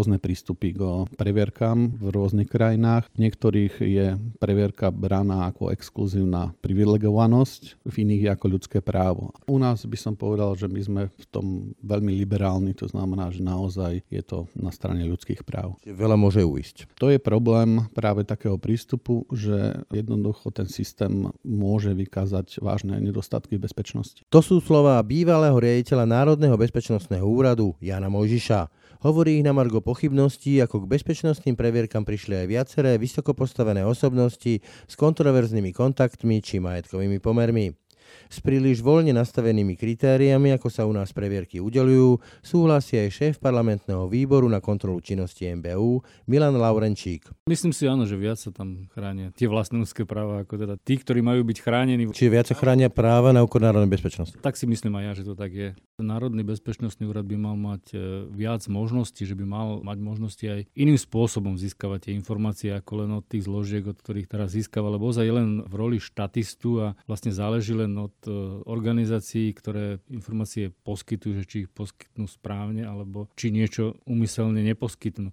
rôzne prístupy k previerkám v rôznych krajinách. V niektorých je previerka braná ako exkluzívna privilegovanosť, v iných ako ľudské právo. U nás by som povedal, že my sme v tom veľmi liberálni, to znamená, že naozaj je to na strane ľudských práv. Veľa môže uísť. To je problém práve takého prístupu, že jednoducho ten systém môže vykázať vážne nedostatky v bezpečnosti. To sú slová bývalého riaditeľa Národného bezpečnostného úradu Jána Mojžiša. Hovorí ich na margo pochybností, ako k bezpečnostným previerkam prišli aj viaceré vysoko postavené osobnosti s kontroverznými kontaktmi či majetkovými pomermi. S príliš voľne nastavenými kritériami, ako sa u nás previerky udeľujú, súhlasí aj šéf parlamentného výboru na kontrolu činnosti NBÚ Milan Laurenčík. Myslím si áno, že viac sa tam chránia tie vlastné ľudské práva, ako teda tí, ktorí majú byť chránení. Čiže viac sa chránia práva na úkor národnej bezpečnosti. Tak si myslím aj ja, že to tak je. Národný bezpečnostný úrad by mal mať viac možností, že by mal mať možnosti aj iným spôsobom získavať tie informácie, ako len od tých zložiek, od ktorých teraz získava, lebo ozaj je len v roli štatistu a vlastne záleží len od organizácií, ktoré informácie poskytujú, že či ich poskytnú správne, alebo či niečo úmyselne neposkytnú.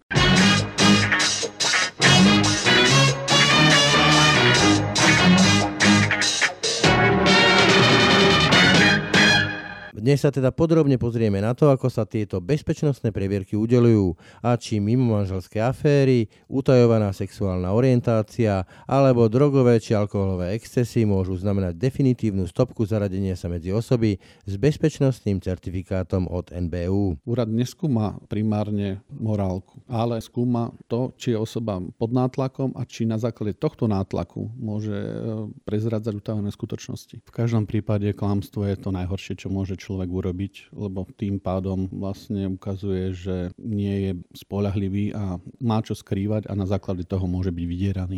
Dnes sa teda podrobne pozrieme na to, ako sa tieto bezpečnostné previerky udeľujú a či mimo manželské aféry, utajovaná sexuálna orientácia alebo drogové či alkoholové excesy môžu znamenať definitívnu stopku zaradenia sa medzi osoby s bezpečnostným certifikátom od NBÚ. Úrad neskúma primárne morálku, ale skúma to, či je osoba pod nátlakom a či na základe tohto nátlaku môže prezradzať utajené skutočnosti. V každom prípade klamstvo je to najhoršie, čo môže človek urobiť, lebo tým pádom vlastne ukazuje, že nie je spoľahlivý a má čo skrývať a na základe toho môže byť vydieraný.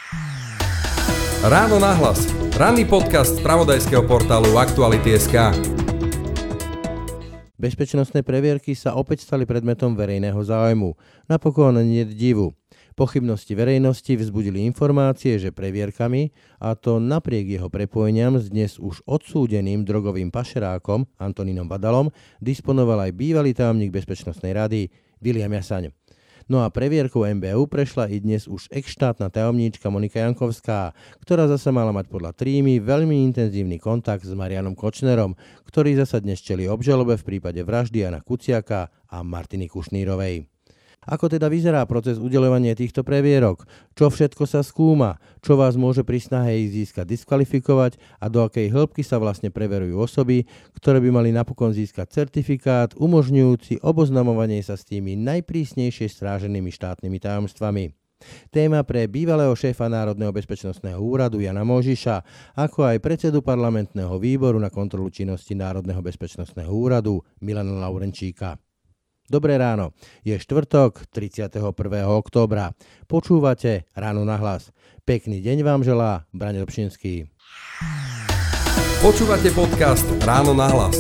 Ráno nahlas. Ranný podcast z spravodajského portálu Aktuality.sk. Bezpečnostné previerky sa opäť stali predmetom verejného záujmu. Napokon nie je divu. Pochybnosti verejnosti vzbudili informácie, že previerkami, a to napriek jeho prepojeniam s dnes už odsúdeným drogovým pašerákom Antonínom Badalom, disponoval aj bývalý tajomník Bezpečnostnej rady Viliam Jasaň. No a previerkou NBÚ prešla i dnes už ex-štátna tajomníčka Monika Jankovská, ktorá zasa mala mať podľa Trímy veľmi intenzívny kontakt s Marianom Kočnerom, ktorý zasa dnes čelí obžalobe v prípade vraždy Jana Kuciaka a Martiny Kušnírovej. Ako teda vyzerá proces udeľovania týchto previerok? Čo všetko sa skúma? Čo vás môže pri snahe ich získať diskvalifikovať? A do akej hĺbky sa vlastne preverujú osoby, ktoré by mali napokon získať certifikát umožňujúci oboznamovanie sa s tými najprísnejšie stráženými štátnymi tajomstvami? Téma pre bývalého šéfa Národného bezpečnostného úradu Jana Mojžiša, ako aj predsedu parlamentného výboru na kontrolu činnosti Národného bezpečnostného úradu Milana Laurenčíka. Dobré ráno, je štvrtok, 31. októbra. Počúvate Ráno nahlas. Pekný deň vám želá Braňo Dobšinský. Počúvate podcast Ráno nahlas.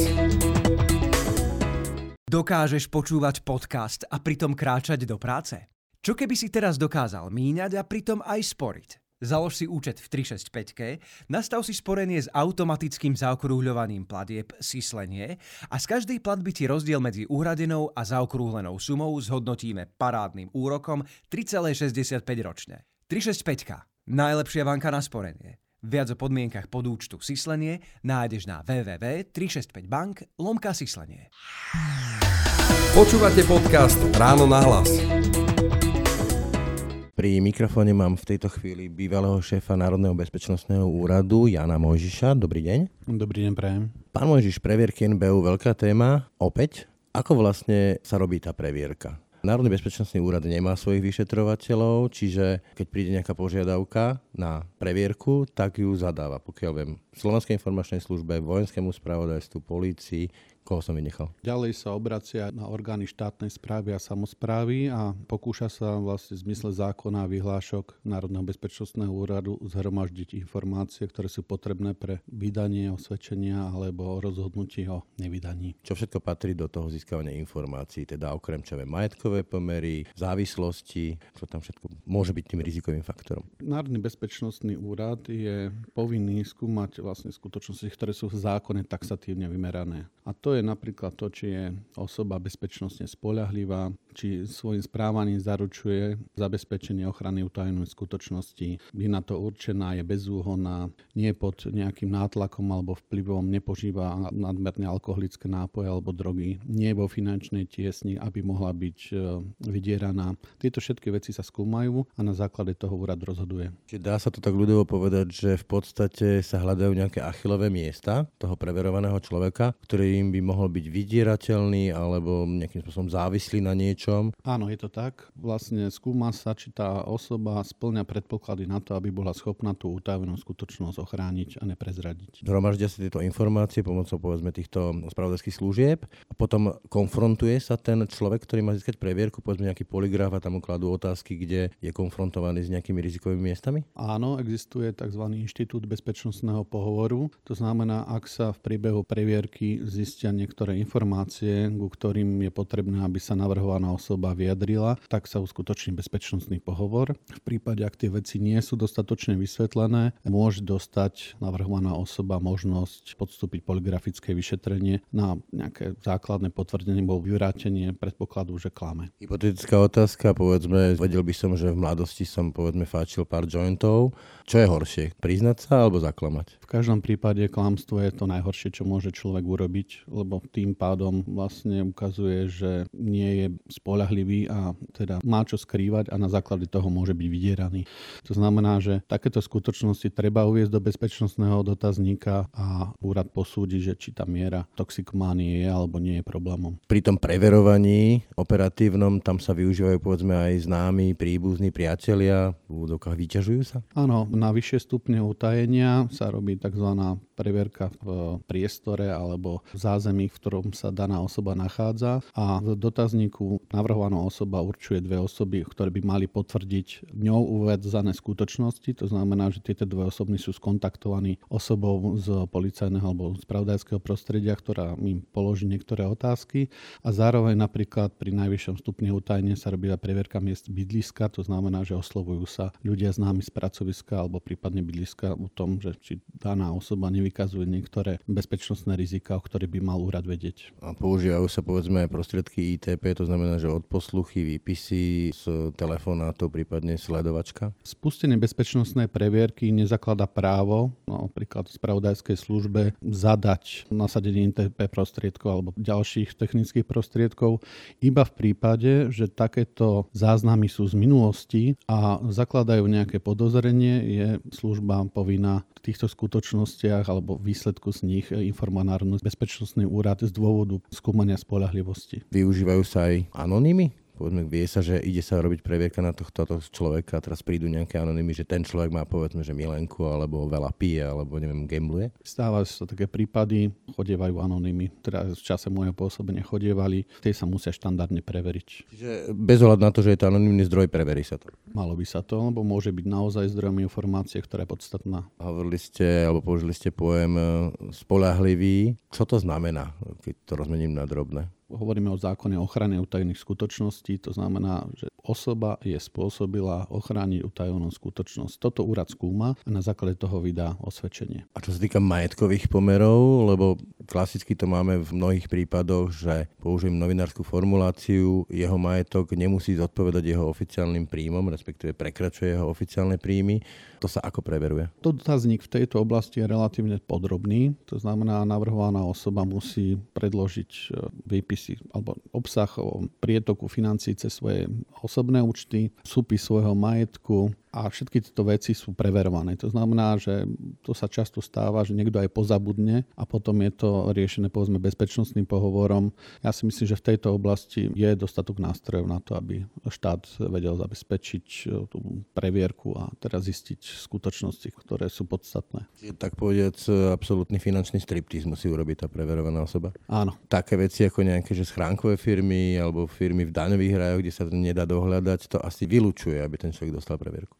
Dokážeš počúvať podcast a pritom kráčať do práce? Čo keby si teraz dokázal míňať a pritom aj sporiť? Založ si účet v 365, nastav si sporenie s automatickým zaokrúhľovaním platieb Syslenie a z každej platby ti rozdiel medzi uhradenou a zaokrúhlenou sumou zhodnotíme parádnym úrokom 3,65 ročne. 365. Najlepšia banka na sporenie. Viac o podmienkach podúčtu Syslenie nájdeš na www.365bank/Syslenie. Počúvate podcast Ráno nahlas. Pri mikrofóne mám v tejto chvíli bývalého šéfa Národného bezpečnostného úradu Jana Mojžiša. Dobrý deň. Dobrý deň, prajem. Pán Mojžiš, previerky NBÚ, veľká téma. Opäť, ako vlastne sa robí tá previerka? Národný bezpečnostný úrad nemá svojich vyšetrovateľov, čiže keď príde nejaká požiadavka na previerku, tak ju zadáva, pokiaľ viem, Slovenskej informačnej službe, Vojenskému spravodajstvu, polícii. Koho som vynechal? Ďalej sa obracia na orgány štátnej správy a samosprávy a pokúša sa vlastne v zmysle zákona a vyhlášok Národného bezpečnostného úradu zhromaždiť informácie, ktoré sú potrebné pre vydanie osvedčenia alebo rozhodnutie o nevydaní. Čo všetko patrí do toho získavania informácií, teda okrem čo majetkové pomery, závislosti, čo tam všetko môže byť tým rizikovým faktorom? Národný bezpečnostný úrad je povinný skúmať vlastne skutočnosti, ktoré sú v zákone taxatívne vymerané. A to To je napríklad to, či je osoba bezpečnostne spoľahlivá, či svojím správaním zaručuje zabezpečenie ochrany utajenej skutočnosti, je na to určená, je bezúhonná, nie je pod nejakým nátlakom alebo vplyvom, nepožíva nadmerne alkoholické nápoje alebo drogy, nie je vo finančnej tiesni, aby mohla byť vydieraná. Tieto všetky veci sa skúmajú a na základe toho úrad rozhoduje. Čiže dá sa to tak ľudovo povedať, že v podstate sa hľadajú nejaké achillové miesta toho preverovaného človeka, ktorým by mohol byť vydierateľný alebo nejakým spôsobom závislý na niečom. Áno, je to tak. Vlastne skúma sa, či tá osoba spĺňa predpoklady na to, aby bola schopná tú utajenú skutočnosť ochrániť a neprezradiť. Zhromaždia sa tieto informácie pomocou povedzme týchto spravodajských služieb a potom konfrontuje sa ten človek, ktorý má získať previerku, povedzme nejaký polygraf a tam mu kladú otázky, kde je konfrontovaný s nejakými rizikovými miestami? Áno, existuje tzv. Inštitút bezpečnostného pohovoru. To znamená, ak sa v priebehu previerky zistia niektoré informácie, ku ktorým je potrebné, aby sa navrhovaná osoba vyjadrila, tak sa uskutoční bezpečnostný pohovor. V prípade, ak tie veci nie sú dostatočne vysvetlené, môže dostať navrhovaná osoba možnosť podstúpiť polygrafické vyšetrenie na nejaké základné potvrdenie alebo vyvrátenie predpokladu, že klame. Hypotetická otázka, povedzme, vedel by som, že v mladosti som povedzme fáčil pár jointov. Čo je horšie? Priznať sa alebo zaklamať? V každom prípade klamstvo je to najhoršie, čo môže človek urobiť, lebo tým pádom vlastne ukazuje, že nie je spoľahlivý a teda má čo skrývať a na základe toho môže byť vydieraný. To znamená, že takéto skutočnosti treba uviesť do bezpečnostného dotazníka a úrad posúdi, že či tá miera toxikománie je alebo nie je problémom. Pri tom preverovaní operatívnom tam sa využívajú povedzme aj známi, príbuzní, priatelia, v úvodzovkách vyťažujú sa? Áno, na vyššie stupne utajenia sa robí tzv. Previerka v priestore alebo v zázemí, v ktorom sa daná osoba nachádza a v dotazníku navrhovaná osoba určuje dve osoby, ktoré by mali potvrdiť ňou uvedzané skutočnosti. To znamená, že tieto dve osoby sú skontaktovaní osobou z policajného alebo spravodajského prostredia, ktorá im položí niektoré otázky a zároveň napríklad pri najvyššom stupni utajenia sa robí previerka miest bydliska. To znamená, že oslovujú sa ľudia známi z pracoviska alebo prípadne bydliska o tom, že či daná osoba nevykazuje niektoré bezpečnostné rizika, o ktorých by mal úrad vedieť. A používajú sa povedzme aj prostriedky ITP, to znamená, že odposluchy, výpisy z telefonátu, prípadne sledovačka? Spustenie bezpečnostnej previerky nezakladá právo, napríklad v spravodajskej službe, zadať nasadenie ITP prostriedkov alebo ďalších technických prostriedkov iba v prípade, že takéto záznamy sú z minulosti a zakladajú nejaké podozrenie, je služba povinná v týchto skutočnostiach alebo výsledku z nich informovať Národný bezpečnostný úrad z dôvodu skúmania spoľahlivosti. Využívajú sa aj anonymy? Povedzme, vie sa, že ide sa robiť previerka na tohto človeka a teraz prídu nejaké anonymy, že ten človek má povedzme, že milenku alebo veľa pije alebo neviem, gambluje? Stávajú sa také prípady, chodievajú anonymy. Teda v čase môjho pôsobenia chodievali, tie sa musia štandardne preveriť. Čiže bez ohľadu na to, že je to anonymný zdroj, preverí sa to? Malo by sa to, lebo môže byť naozaj zdrojom informácie, ktorá je podstatná. Hovorili ste, alebo použili ste pojem spoľahlivý. Čo to znamená, keď to rozmením na drobné? Hovoríme o zákone o ochrane utajených skutočností, to znamená, že osoba je spôsobila ochrániť utajenú skutočnosť. Toto úrad skúma a na základe toho vydá osvedčenie. A čo sa týka majetkových pomerov, lebo klasicky to máme v mnohých prípadoch, že použijem novinárskú formuláciu, jeho majetok nemusí zodpovedať jeho oficiálnym príjmom, respektíve prekračuje jeho oficiálne príjmy. To sa ako preveruje? Dotazník v tejto oblasti je relatívne podrobný, to znamená, navrhovaná osoba musí predložiť výpisy alebo obsah o prietoku financií cez svoje osobné účty, súpis svojho majetku a všetky tieto veci sú preverované. To znamená, že to sa často stáva, že niekto aj pozabudne a potom je to riešené povedzme bezpečnostným pohovorom. Ja si myslím, že v tejto oblasti je dostatok nástrojov na to, aby štát vedel zabezpečiť tú previerku a teraz zistiť skutočnosti, ktoré sú podstatné. Tak povediac, absolútny finančný striptíz musí urobiť tá preverovaná osoba? Áno. Také veci ako nejaké že schránkové firmy alebo firmy v daňových rajoch, kde sa to nedá dohľadať, to asi vylučuje, aby ten človek dostal previerku.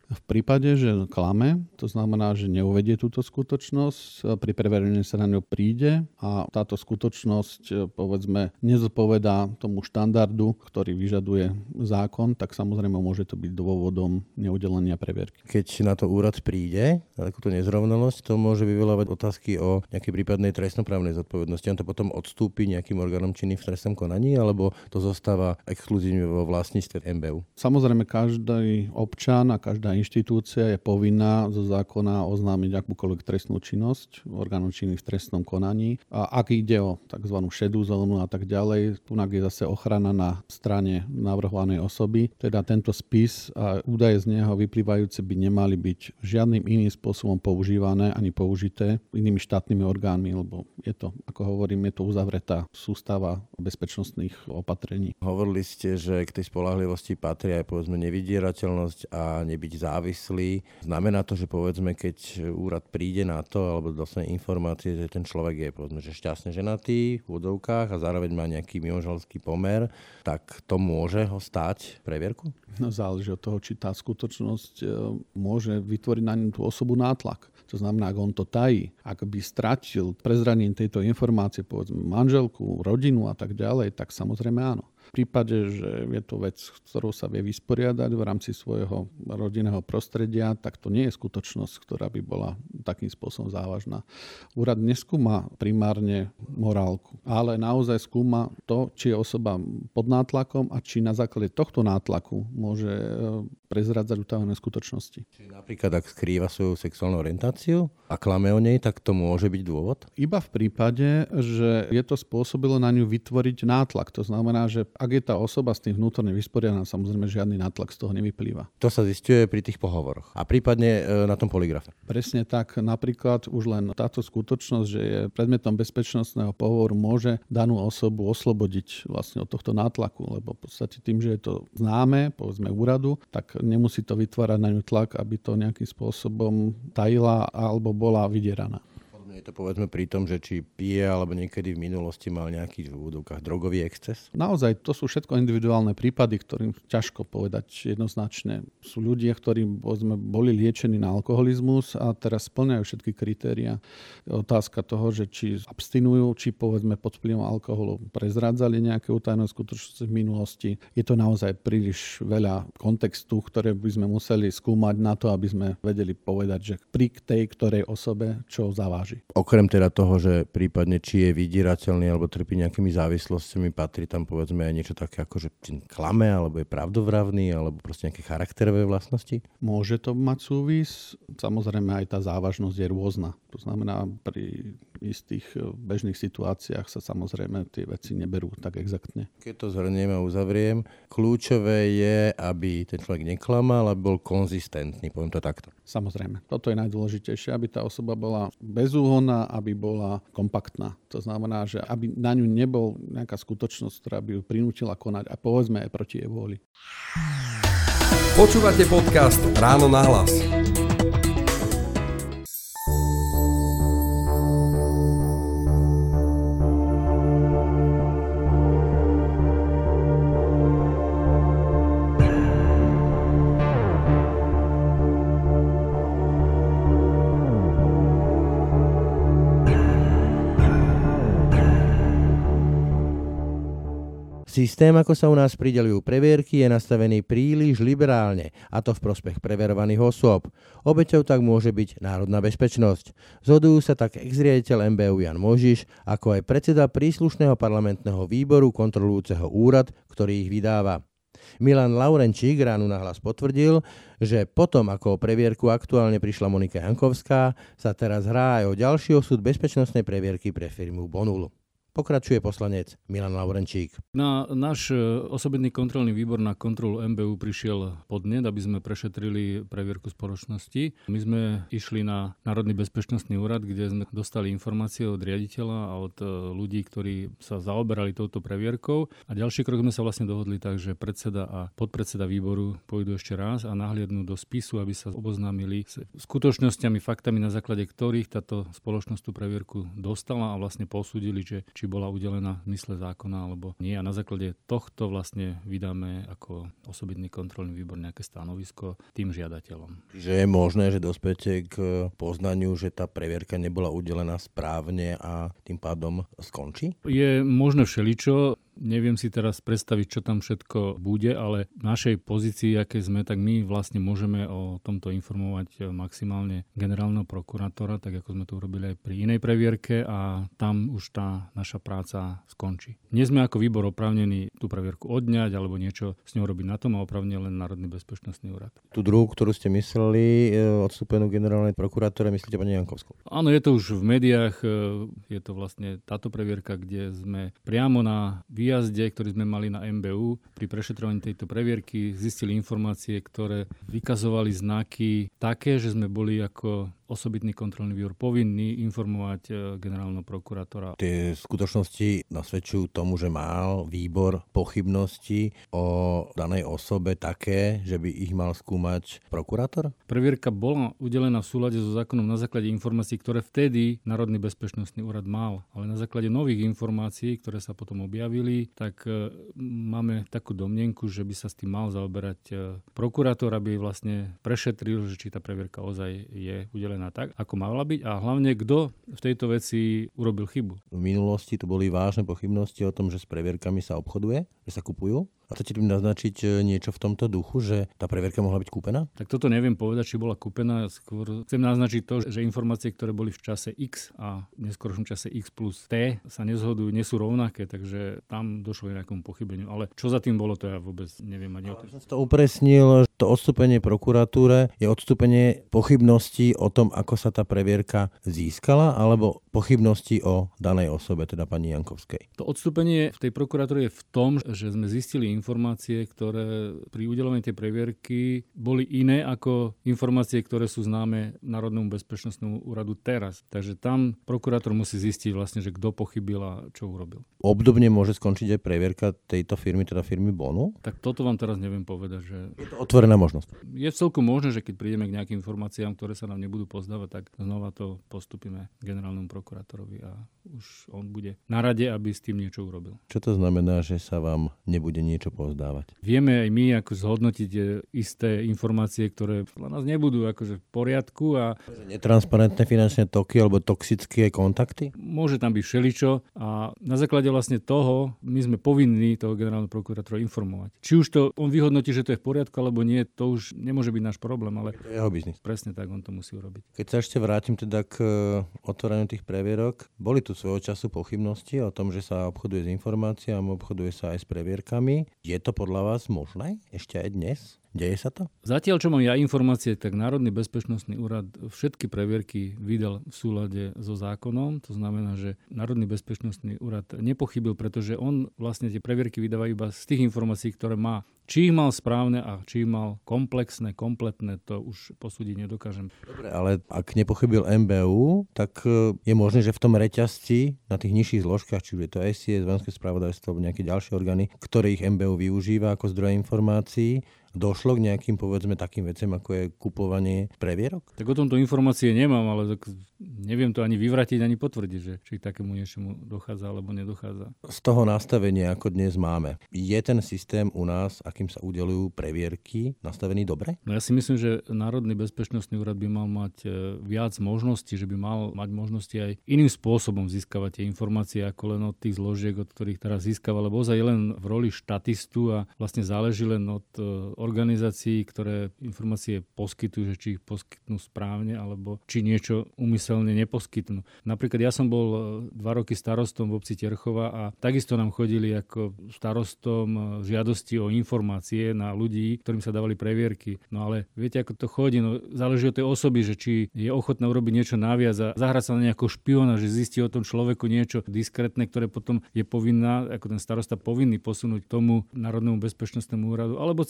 V prípade, že klame, to znamená, že neuvedie túto skutočnosť, pri preverení sa na ňu príde a táto skutočnosť, povedzme, nezodpovedá tomu štandardu, ktorý vyžaduje zákon, tak samozrejme môže to byť dôvodom neudelenia previerky. Keď na to úrad príde, na takúto nezrovnalosť, to môže vyvolávať otázky o nejakej prípadnej trestnoprávnej zodpovednosti. On to potom odstúpi nejakým orgánom činným v trestnom konaní, alebo to zostáva exkluzívne vo vlastníctve MBU? Samozrejme, každý občan a každá inštitúcia je povinná zo zákona oznámiť akúkoľvek trestnú činnosť orgánom činných v trestnom konaní. A ak ide o tzv. Šedú zónu a tak ďalej, tunak je zase ochrana na strane navrhovanej osoby. Teda tento spis a údaje z neho vyplývajúce by nemali byť žiadnym iným spôsobom používané ani použité inými štátnymi orgánmi, lebo je to, ako hovorím, je to uzavretá sústava bezpečnostných opatrení. Hovorili ste, že k tej spoľahlivosti patrí aj povedzme nevydierateľnosť a nebyť závislý. Znamená to, že povedzme, keď úrad príde na to alebo dostane informácie, že ten človek je povedzme, že šťastne ženatý v úvodovkách a zároveň má nejaký mimoželský pomer, tak to môže ho stáť previerku? No, záleží od toho, či tá skutočnosť môže vytvoriť na ňu tú osobu nátlak. To znamená, ak on to tají, ak by stratil prezraním tejto informácie, povedzme, manželku, rodinu a tak ďalej, tak samozrejme áno. V prípade, že je to vec, s ktorou sa vie vysporiadať v rámci svojho rodinného prostredia, tak to nie je skutočnosť, ktorá by bola takým spôsobom závažná. Úrad neskúma primárne morálku, ale naozaj skúma to, či je osoba pod nátlakom a či na základe tohto nátlaku môže prezrádzať utajené skutočnosti. Čiže napríklad, ak skrýva svoju sexuálnu orientáciu a klame o nej, tak to môže byť dôvod? Iba v prípade, že je to spôsobilo na ňu vytvoriť nátlak. To znamená, že ak je tá osoba s tým vnútorne vysporiadaná, samozrejme žiadny nátlak z toho nevyplýva. To sa zisťuje pri tých pohovoroch a prípadne na tom polygrafe. Presne tak. Napríklad už len táto skutočnosť, že je predmetom bezpečnostného pohovoru, môže danú osobu oslobodiť vlastne od tohto nátlaku, lebo v podstate tým, že je to známe, povedzme úradu, tak nemusí to vytvárať na ňu tlak, aby to nejakým spôsobom tajila alebo bola vydieraná. Je to povedzme pri tom, že či pije alebo niekedy v minulosti mal nejaký v úvodovkách drogový exces? Naozaj, to sú všetko individuálne prípady, ktorým ťažko povedať jednoznačne. Sú ľudia, ktorí povedzme, boli liečení na alkoholizmus a teraz splňajú všetky kritériá. Je otázka toho, že či abstinujú, či povedzme pod vplyvom alkoholu prezrádzali nejaké utajené skutočnosti v minulosti. Je to naozaj príliš veľa kontextu, ktoré by sme museli skúmať na to, aby sme vedeli povedať, že pri tej ktorej osobe čo zaváži. Okrem teda toho, že prípadne či je vydierateľný alebo trpí nejakými závislosťami, patrí tam povedzme aj niečo také ako, že klame alebo je pravdovravný alebo proste nejaké charakterové vlastnosti? Môže to mať súvis. Samozrejme aj tá závažnosť je rôzna. To znamená, pri istých bežných situáciách sa samozrejme tie veci neberú tak exaktne. Keď to zhrniem a uzavriem, kľúčové je, aby ten človek neklamal, aby bol konzistentný, poviem to takto. Samozrejme. Toto je najdôležitejšie, aby tá osoba bola bezúhonná, aby bola kompaktná. To znamená, že aby na ňu nebol nejaká skutočnosť, ktorá by ju prinútila konať a povedzme aj proti jej vôli. Počúvate podcast Ráno na hlas. Systém, ako sa u nás prideľujú previerky, je nastavený príliš liberálne, a to v prospech preverovaných osôb. Obeťou tak môže byť národná bezpečnosť. Zhodujú sa tak ex-riaditeľ MBU Jan Možiš, ako aj predseda príslušného parlamentného výboru kontrolujúceho úrad, ktorý ich vydáva. Milan Laurenčík Ránu na hlas potvrdil, že potom, ako o previerku aktuálne prišla Monika Jankovská, sa teraz hrá aj o ďalší osud bezpečnostnej previerky pre firmu Bonul. Pokračuje poslanec Milan Laurenčík. Na náš osobitný kontrolný výbor na kontrolu MBU prišiel podnet, aby sme prešetrili previerku spoločnosti. My sme išli na Národný bezpečnostný úrad, kde sme dostali informácie od riaditeľa a od ľudí, ktorí sa zaoberali touto previerkou. A ďalší krok sme sa vlastne dohodli tak, že predseda a podpredseda výboru pôjdu ešte raz a nahliadnú do spisu, aby sa oboznámili s skutočnosťami, faktami, na základe ktorých táto spoločnosť tú previerku dostala a vlastne posúdili, že či či bola udelená v zmysle zákona alebo nie. A na základe tohto vlastne vydáme ako osobitný kontrolný výbor nejaké stanovisko tým žiadateľom. Že je možné, že dospiete k poznaniu, že tá previerka nebola udelená správne a tým pádom skončí? Je možné všeličo. Neviem si teraz predstaviť, čo tam všetko bude, ale v našej pozícii, aké sme, tak my vlastne môžeme o tomto informovať maximálne generálneho prokurátora, tak ako sme to urobili aj pri inej previerke a tam už tá naša práca skončí. Nie sme ako výbor oprávnení tú previerku odňať alebo niečo s ňou robiť na tom a oprávne len Národný bezpečnostný úrad. Tú druhú, ktorú ste mysleli, odstúpenú generálnej prokurátore, myslíte pani Jankovskú? Áno, je to už v médiách, je to vlastne táto previerka, kde sme priamo na výjazde, ktorý sme mali na MBU, pri prešetrovaní tejto previerky zistili informácie, ktoré vykazovali znaky také, že sme boli ako osobitný kontrolný výbor povinný informovať generálneho prokurátora. Tie skutočnosti nasvedčujú tomu, že mal výbor pochybnosti o danej osobe také, že by ich mal skúmať prokurátor? Previerka bola udelená v súlade so zákonom na základe informácií, ktoré vtedy Národný bezpečnostný úrad mal. Ale na základe nových informácií, ktoré sa potom objavili, tak máme takú domnienku, že by sa s tým mal zaoberať prokurátor, aby vlastne prešetril, že či tá previerka ozaj je udelená tak, ako mala byť a hlavne kto v tejto veci urobil chybu. V minulosti tu boli vážne pochybnosti o tom, že s previerkami sa obchoduje, že sa kupujú. A chcete tým naznačiť niečo v tomto duchu, že tá previerka mohla byť kúpená? Tak toto neviem povedať, či bola kúpená. Skôr chcem naznačiť to, že informácie, ktoré boli v čase X a v neskôršom čase X plus T sa nezhodujú, nie sú rovnaké, takže tam došlo k nejakému pochybeniu. Ale čo za tým bolo, to ja vôbec neviem ani o tom. Som to upresnil, to odstúpenie prokuratúre je odstúpenie pochybností o tom, ako sa tá previerka získala, alebo pochybnosti o danej osobe, teda pani Jankovskej. To odstúpenie v tej prokuratúre je v tom, že sme zistili informácie, ktoré pri udeľovaní tej previerky boli iné ako informácie, ktoré sú známe Národnému bezpečnostnému úradu teraz. Takže tam prokurátor musí zistiť vlastne, že kto pochybil a čo urobil. Obdobne môže skončiť aj previerka tejto firmy, teda firmy Bonu? Tak toto vám teraz neviem povedať, že je to otvorená možnosť. Je celkom možné, že keď prídeme k nejakým informáciám, ktoré sa nám nebudú pozdávať, tak znova to postupíme generálnemu prokurátorovi a už on bude na rade, aby s tým niečo urobil. Čo to znamená, že sa vám nebude niečo pozdávať? Vieme aj my ako zhodnotiť isté informácie, ktoré na nás nebudú akože v poriadku a netransparentné finančné toky alebo toxické kontakty? Môže tam byť všeličo a na základe vlastne toho my sme povinní toho generálneho prokurátora informovať. Či už to on vyhodnotí, že to je v poriadku alebo nie, to už nemôže byť náš problém, ale to je jeho biznis. Presne tak on to musí urobiť. Keď sa ešte vrátim teda k otvoreniu tých previerok, boli tu svojho času pochybnosti o tom, že sa obchoduje s informáciami, obchoduje sa aj s previerkami. Je to podľa vás možné ešte aj dnes? Deje sa to? Zatiaľ, čo mám ja informácie, tak Národný bezpečnostný úrad všetky previerky vydal v súlade so zákonom. To znamená, že Národný bezpečnostný úrad nepochybil, pretože on vlastne tie previerky vydáva iba z tých informácií, ktoré má. Či ich mal správne a či ich mal komplexné, kompletné, to už posúdiť nedokážem. Dobre, ale ak nepochybil MBU, tak je možné, že v tom reťazci na tých nižších zložkách, či je to SIS, vojenské spravodajstvo alebo nejaké ďalšie orgány, ktoré ich MBU využíva ako zdroj informácií, došlo k nejakým, povedzme, takým veciam, ako je kupovanie previerok? Tak o tomto informácie nemám, ale neviem to ani vyvratiť, ani potvrdiť, že či k takému niečomu dochádza alebo nedochádza. Z toho nastavenia, ako dnes máme, je ten systém u nás, akým sa udeľujú previerky, nastavený dobre? No ja si myslím, že Národný bezpečnostný úrad by mal mať viac možností, že by mal mať možnosti aj iným spôsobom získavať tie informácie, ako len od tých zložiek, od ktorých teraz získava, lebo ozaj je len v roli štatistu a vlastne záleží len od organizácií, ktoré informácie poskytujú, že či ich poskytnú správne, alebo či niečo úmyselne neposkytnú. Napríklad ja som bol 2 roky starostom v obci Terchova a takisto nám chodili ako starostom žiadosti o informácie na ľudí, ktorým sa dávali previerky. No ale viete, ako to chodí? No, záleží od tej osoby, že či je ochotná urobiť niečo naviac a zahrať sa na nejakého špiona, že zistí o tom človeku niečo diskrétne, ktoré potom je povinná, ako ten starosta povinný posunúť tomu Národnému bezpečnostnému úradu, alebo si povie, no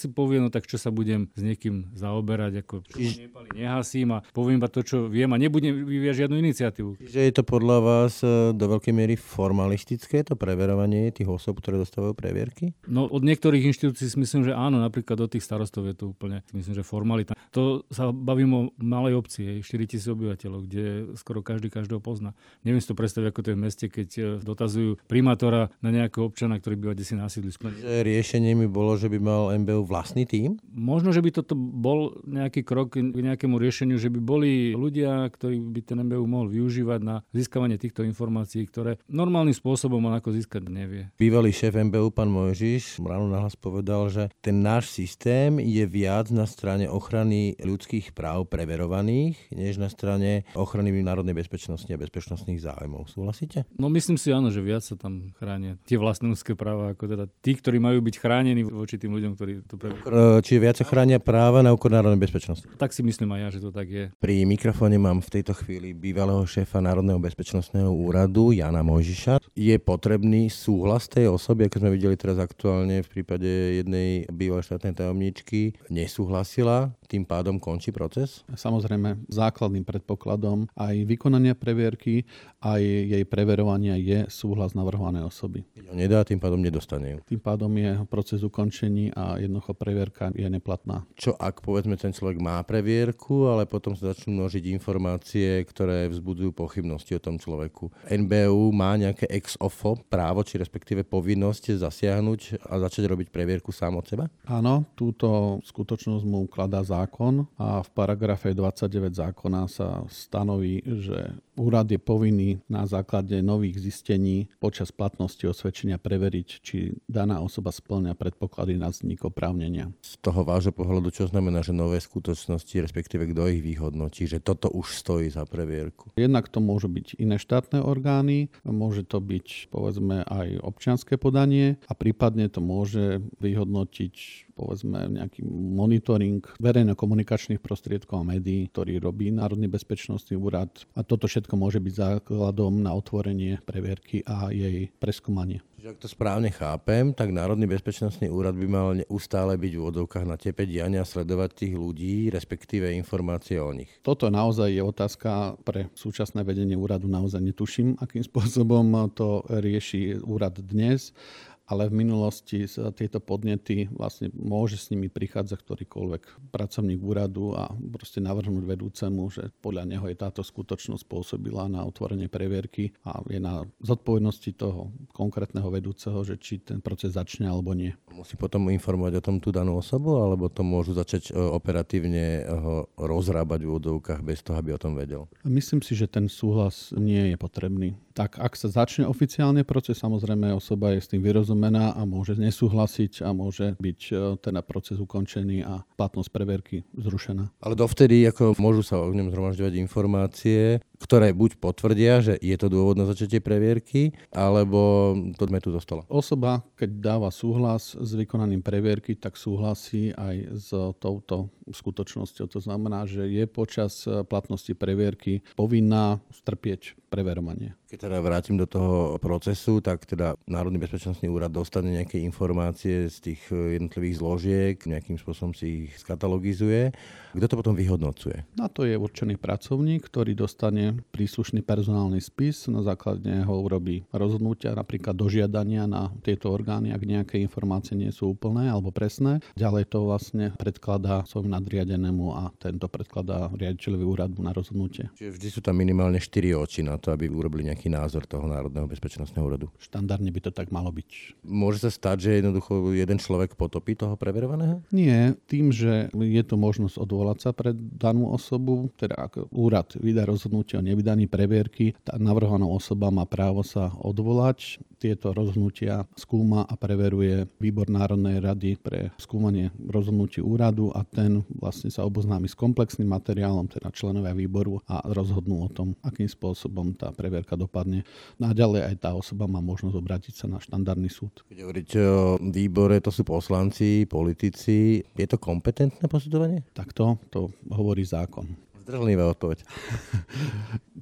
no tak čo sa budem s niekým zaoberať, ako čo nehasím a poviem iba to, čo viem a nebudem vyvíjať žiadnu iniciatívu. Čiže je to podľa vás do veľkej miery formalistické, to preverovanie tých osôb, ktoré dostávajú previerky? No od niektorých inštitúcií si myslím, že áno, napríklad od tých starostov je to úplne, myslím, že formalita. To sa bavím o malej obci, 4 000 obyvateľov, kde skoro každý každého pozná. Neviem si to predstaviť, ako to je v meste, keď dotazujú primátora na nejakého občana, ktorý býva desi na sídlisku. Riešením by bolo, že by mal MBU vlastný tím? Možno, že by toto bol nejaký krok k nejakému riešeniu, že by boli ľudia, ktorí by ten MBU mohol využívať na získavanie týchto informácií, ktoré normálnym spôsobom on ako získať nevie. Bývalý šéf MBU, pán Mojžiš, ráno nahlas povedal, že ten náš systém je viac na strane ochrany ľudských práv preverovaných, než na strane ochrany národnej bezpečnosti a bezpečnostných záujmov. Súhlasíte? No myslím si áno, že viac sa tam chránia tie vlastné ľudské práva, ako teda tí, ktorí majú byť chránení voči tým ľuďom, ktorí to preverujú. Čiže viac sa chránia práva na úkor národnej bezpečnosti. Tak si myslím aj ja, že to tak je. Pri mikrofóne mám v tejto chvíli bývalého šéfa Národného bezpečnostného úradu Jana Mojžiša. Je potrebný súhlas tej osoby, ako sme videli teraz aktuálne v prípade jednej bývalej štátnej tajomníčky, nesúhlasila, tým pádom končí proces? Samozrejme, základným predpokladom aj vykonania previerky, aj jej preverovania je súhlas navrhovanej osoby. Keď ho nedá, tým pádom nedostane ju. Tým pádom je proces ukončený a jednoducho previerka je neplatná. Čo ak, povedzme, ten človek má previerku, ale potom sa začnú množiť informácie, ktoré vzbudzujú pochybnosti o tom človeku. NBÚ má nejaké ex ofo právo, či respektíve povinnosť zasiahnuť a začať robiť previerku sám od seba? Áno, túto skutočnosť mu ukladá zákon a v paragrafe 29 zákona sa stanoví, že úrad je povinný na základe nových zistení počas platnosti osvedčenia preveriť, či daná osoba spĺňa predpoklady na vznik oprávnenia. Z toho vášho pohľadu, čo znamená, že nové skutočnosti, respektíve kto ich vyhodnotí, že toto už stojí za previerku? Jednak to môžu byť iné štátne orgány, môže to byť povedzme aj občianske podanie a prípadne to môže vyhodnotiť povedzme nejaký monitoring verejno-komunikačných prostriedkov a médií, ktorý robí Národný bezpečnostný úrad. A toto všetko môže byť základom na otvorenie previerky a jej preskúmanie. Ak to správne chápem, tak Národný bezpečnostný úrad by mal neustále byť v úvodzovkách na tepe diania a sledovať tých ľudí, respektíve informácie o nich. Toto naozaj je otázka pre súčasné vedenie úradu. Naozaj netuším, akým spôsobom to rieši úrad dnes. Ale v minulosti sa tieto podnety vlastne môže s nimi prichádzať ktorýkoľvek pracovník úradu a proste navrhnúť vedúcemu, že podľa neho je táto skutočnosť spôsobila na otvorenie previerky a je na zodpovednosti toho konkrétneho vedúceho, že či ten proces začne alebo nie. Musí potom informovať o tom tú danú osobu, alebo to môžu začať operatívne ho rozrábať v úvodovkách bez toho, aby o tom vedel? Myslím si, že ten súhlas nie je potrebný. Tak ak sa začne oficiálne proces, samozrejme osoba je s tým vyrozumená a môže nesúhlasiť a môže byť ten proces ukončený a platnosť previerky zrušená. Ale dovtedy, ako môžu sa o ňom zhromažďovať informácie, ktoré buď potvrdia, že je to dôvod na začatie previerky, alebo to sme tu zostalo. Osoba, keď dáva súhlas s vykonaním previerky, tak súhlasí aj s touto skutočnosťou. To znamená, že je počas platnosti previerky povinná strpieť preverovanie. Keď teda vrátim do toho procesu, tak teda Národný bezpečnostný úrad dostane nejaké informácie z tých jednotlivých zložiek, nejakým spôsobom si ich skatalogizuje. Kto to potom vyhodnocuje? Na to je určený pracovník, ktorý dostane príslušný personálny spis, na základe neho urobí rozhodnutia, napríklad dožiadania na tieto orgány, ak nejaké informácie nie sú úplné alebo presné. Ďalej to vlastne predkladá svojmu nadriadenému a tento predkladá riaditeľovi úradu na rozhodnutie. Čiže vždy sú tam minimálne 4 oči na to, aby urobili nejaký názor toho Národného bezpečnostného úradu. Štandardne by to tak malo byť. Môže sa stať, že jednoducho jeden človek potopí toho preverovaného? Nie, tým, že je tu možnosť odvolať sa pre danú osobu, teda ak úrad vydá rozhodnutie o nevydaní previerky, tá navrhovaná osoba má právo sa odvolať. Tieto rozhodnutia skúma a preveruje Výbor Národnej rady pre skúmanie rozhodnutí úradu a ten vlastne sa oboznámi s komplexným materiálom, teda členovia výboru a rozhodnú o tom, akým spôsobom tá previerka dopadne. No a ďalej aj tá osoba má možnosť obrátiť sa na štandardný súd. Keď hovoríte o výbore, to sú poslanci, politici. Je to kompetentné posudzovanie? Takto to hovorí zákon. Zdržlivá odpoveď.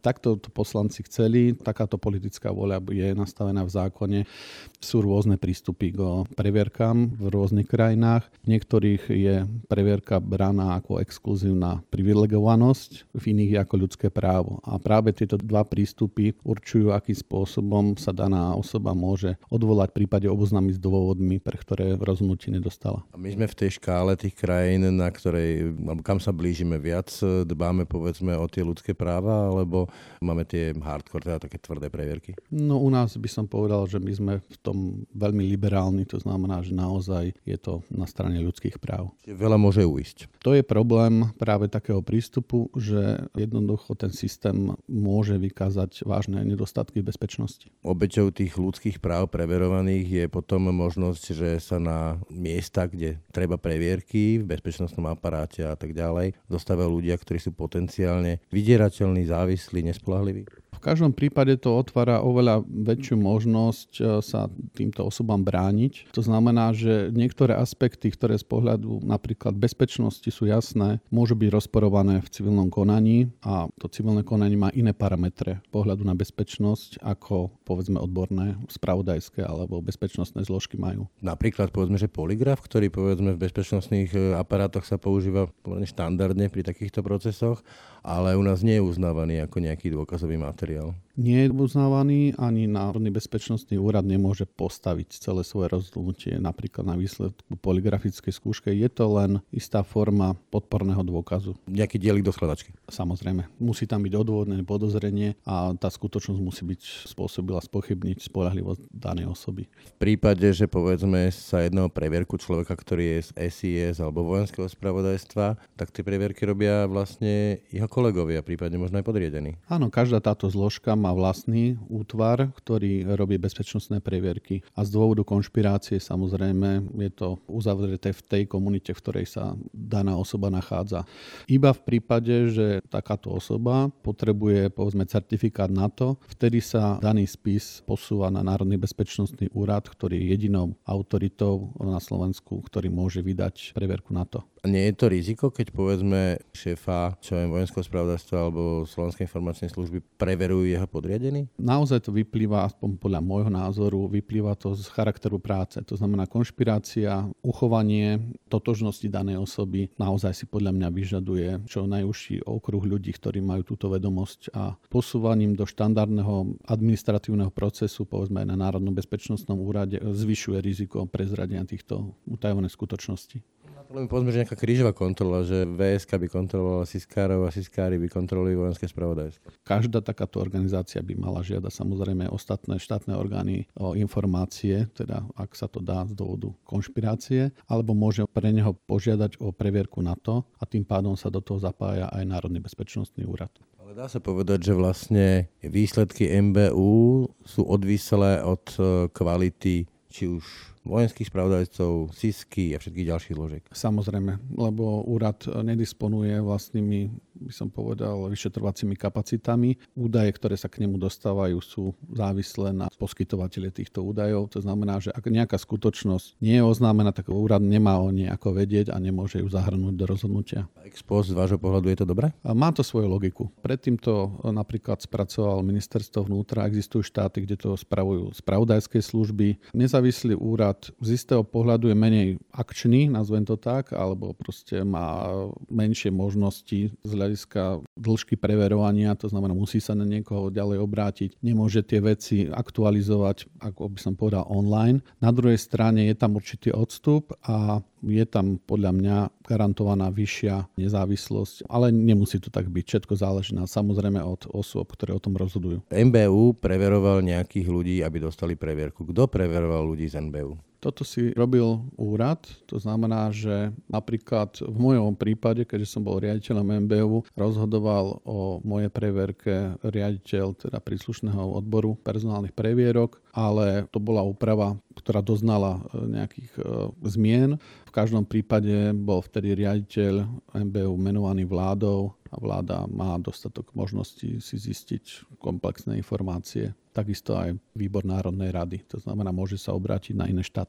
Takto to poslanci chceli, takáto politická voľa je nastavená v zákone. Sú rôzne prístupy k previerkám v rôznych krajinách. V niektorých je previerka braná ako exkluzívna privilegovanosť, v iných je ako ľudské právo. A práve tieto dva prístupy určujú, akým spôsobom sa daná osoba môže odvolať v prípade oboznámiť s dôvodmi, pre ktoré rozhodnutie nedostala. A my sme v tej škále tých krajín, na ktorej, kam sa blížime viac, dbáme povedzme o tie ľudské práva, alebo máme tie hardcore, teda také tvrdé previerky? No u nás by som povedal, že my sme v tom veľmi liberálni, to znamená, že naozaj je to na strane ľudských práv. Veľa môže uísť. To je problém práve takého prístupu, že jednoducho ten systém môže vykázať vážne nedostatky v bezpečnosti. Obeťou tých ľudských práv preverovaných je potom možnosť, že sa na miesta, kde treba previerky v bezpečnostnom aparáte a tak ďalej, dostávajú ľudia, ktorí sú potenciálne vydierateľní, závislí, nespoľahliví. V každom prípade to otvára oveľa väčšiu možnosť sa týmto osobám brániť. To znamená, že niektoré aspekty, ktoré z pohľadu napríklad bezpečnosti sú jasné, môžu byť rozporované v civilnom konaní a to civilné konanie má iné parametre pohľadu na bezpečnosť, ako povedzme odborné, spravodajské alebo bezpečnostné zložky majú. Napríklad povedzme, že polygraf, ktorý povedzme v bezpečnostných aparátoch sa používa štandardne pri takýchto procesoch, ale u nás nie je uznávaný ako nejaký dôkazový materiál. Nie je uznávaný, ani Národný bezpečnostný úrad nemôže postaviť celé svoje rozhodnutie napríklad na výsledku polygrafickej skúške. Je to len istá forma podporného dôkazu. Nejaký dielik do skladačky. Samozrejme. Musí tam byť odôvodnené podozrenie a tá skutočnosť musí byť spôsobila spochybniť spoľahlivosť danej osoby. V prípade, že povedzme sa jedná o previerku človeka, ktorý je z SIS alebo vojenského spravodajstva, tak tie previerky robia vlastne jeho kolegovia, prípadne možno aj podriadení. Áno, každá táto zložka má vlastný útvar, ktorý robí bezpečnostné previerky. A z dôvodu konšpirácie samozrejme je to uzavreté v tej komunite, v ktorej sa daná osoba nachádza. Iba v prípade, že takáto osoba potrebuje povedzme certifikát NATO, vtedy sa daný spis posúva na Národný bezpečnostný úrad, ktorý je jedinou autoritou na Slovensku, ktorý môže vydať previerku NATO. A nie je to riziko, keď povedzme šéfa vojenského spravodajstva alebo Slovenskej informačnej služby preverujú jeho podriadení? Naozaj to vyplýva, aspoň podľa môjho názoru, vyplýva to z charakteru práce. To znamená konšpirácia, uchovanie totožnosti danej osoby naozaj si podľa mňa vyžaduje čo najúžší okruh ľudí, ktorí majú túto vedomosť a posúvaním do štandardného administratívneho procesu, povedzme aj na Národnom bezpečnostnom úrade, zvyšuje riziko prezradenia týchto utajovaných skutočností. Len povedzme, že nejaká krížová kontrola, že VSK by kontrolovala siskárov a siskári by kontrolovali vojenské spravodajstvo. Každá takáto organizácia by mala žiadať samozrejme ostatné štátne orgány o informácie, teda ak sa to dá z dôvodu konšpirácie, alebo môže pre neho požiadať o previerku NATO a tým pádom sa do toho zapája aj Národný bezpečnostný úrad. Ale dá sa povedať, že vlastne výsledky MBÚ sú odvislé od kvality či už vojenských spravodajcov, SIS-ky a všetkých ďalších zložiek. Samozrejme, lebo úrad nedisponuje vlastnými, by som povedal, vyšetrovacími kapacitami. Údaje, ktoré sa k nemu dostávajú, sú závislé na poskytovateľe týchto údajov. To znamená, že ak nejaká skutočnosť nie je oznámená, tak úrad nemá o nej ako vedieť a nemôže ju zahrnúť do rozhodnutia. Ex post z vášho pohľadu je to dobré? Má to svoju logiku. Predtým to napríklad spracoval ministerstvo vnútra. Existujú štáty, kde to spravujú spravodajské služby. Nezávislý úrad z istého pohľadu je menej akčný, nazvem to tak, alebo proste má menšie možnosti z hľadiska dĺžky preverovania, to znamená, musí sa na niekoho ďalej obrátiť, nemôže tie veci aktualizovať, ako by som povedal, online. Na druhej strane je tam určitý odstup a je tam podľa mňa garantovaná vyššia nezávislosť, ale nemusí to tak byť. Všetko záleží samozrejme od osôb, ktoré o tom rozhodujú. MBÚ preveroval nejakých ľudí, aby dostali previerku. Kto preveroval ľudí z MBÚ? Toto si robil úrad, to znamená, že napríklad v mojom prípade, keďže som bol riaditeľom MBÚ, rozhodoval o mojej previerke riaditeľ teda príslušného odboru personálnych previerok, ale to bola úprava, ktorá doznala nejakých zmien. V každom prípade bol vtedy riaditeľ MBÚ menovaný vládou a vláda má dostatok možností si zistiť komplexné informácie. Takisto aj výbor Národnej rady. To znamená, môže sa obrátiť na iné štátne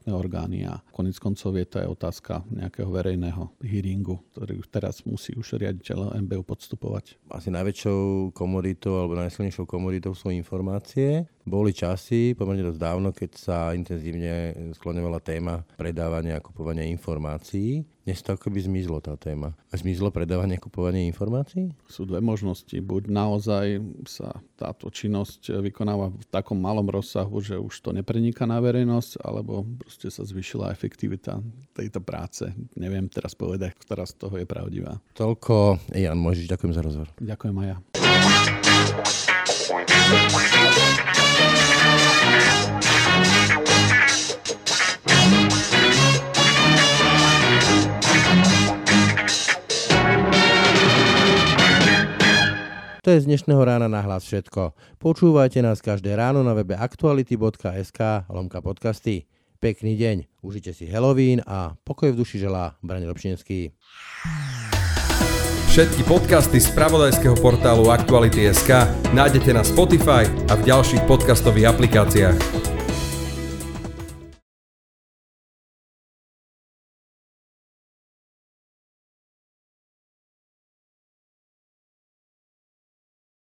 štátne orgány a konec koncov je to aj otázka nejakého verejného hearingu, ktorý teraz musí už riaditeľ MBU podstupovať. Asi najväčšou komoditou alebo najsilnejšou komoditou sú informácie. Boli časy, pomerne dosť dávno, keď sa intenzívne skloňovala téma predávania a kupovania informácií. Dnes to akoby zmizlo tá téma. A zmizlo predávanie a kupovanie informácií? Sú dve možnosti. Buď naozaj sa táto činnosť vykonáva v takom malom rozsahu, že už to nepreniká na verejnosť, alebo proste sa zvýšila efektivita tejto práce. Neviem teraz povedať, ktorá z toho je pravdivá. Toľko. Jan Mojžiš, ďakujem za rozhovor. Ďakujem aj ja. To je z dnešného rána na hlas všetko. Počúvajte nás každé ráno na webe aktuality.sk/podcasty. Pekný deň, užite si Halloween a pokoj v duši želá Braň Robšinský. Všetky podcasty z spravodajského portálu Aktuality.sk nájdete na Spotify a v ďalších podcastových aplikáciách.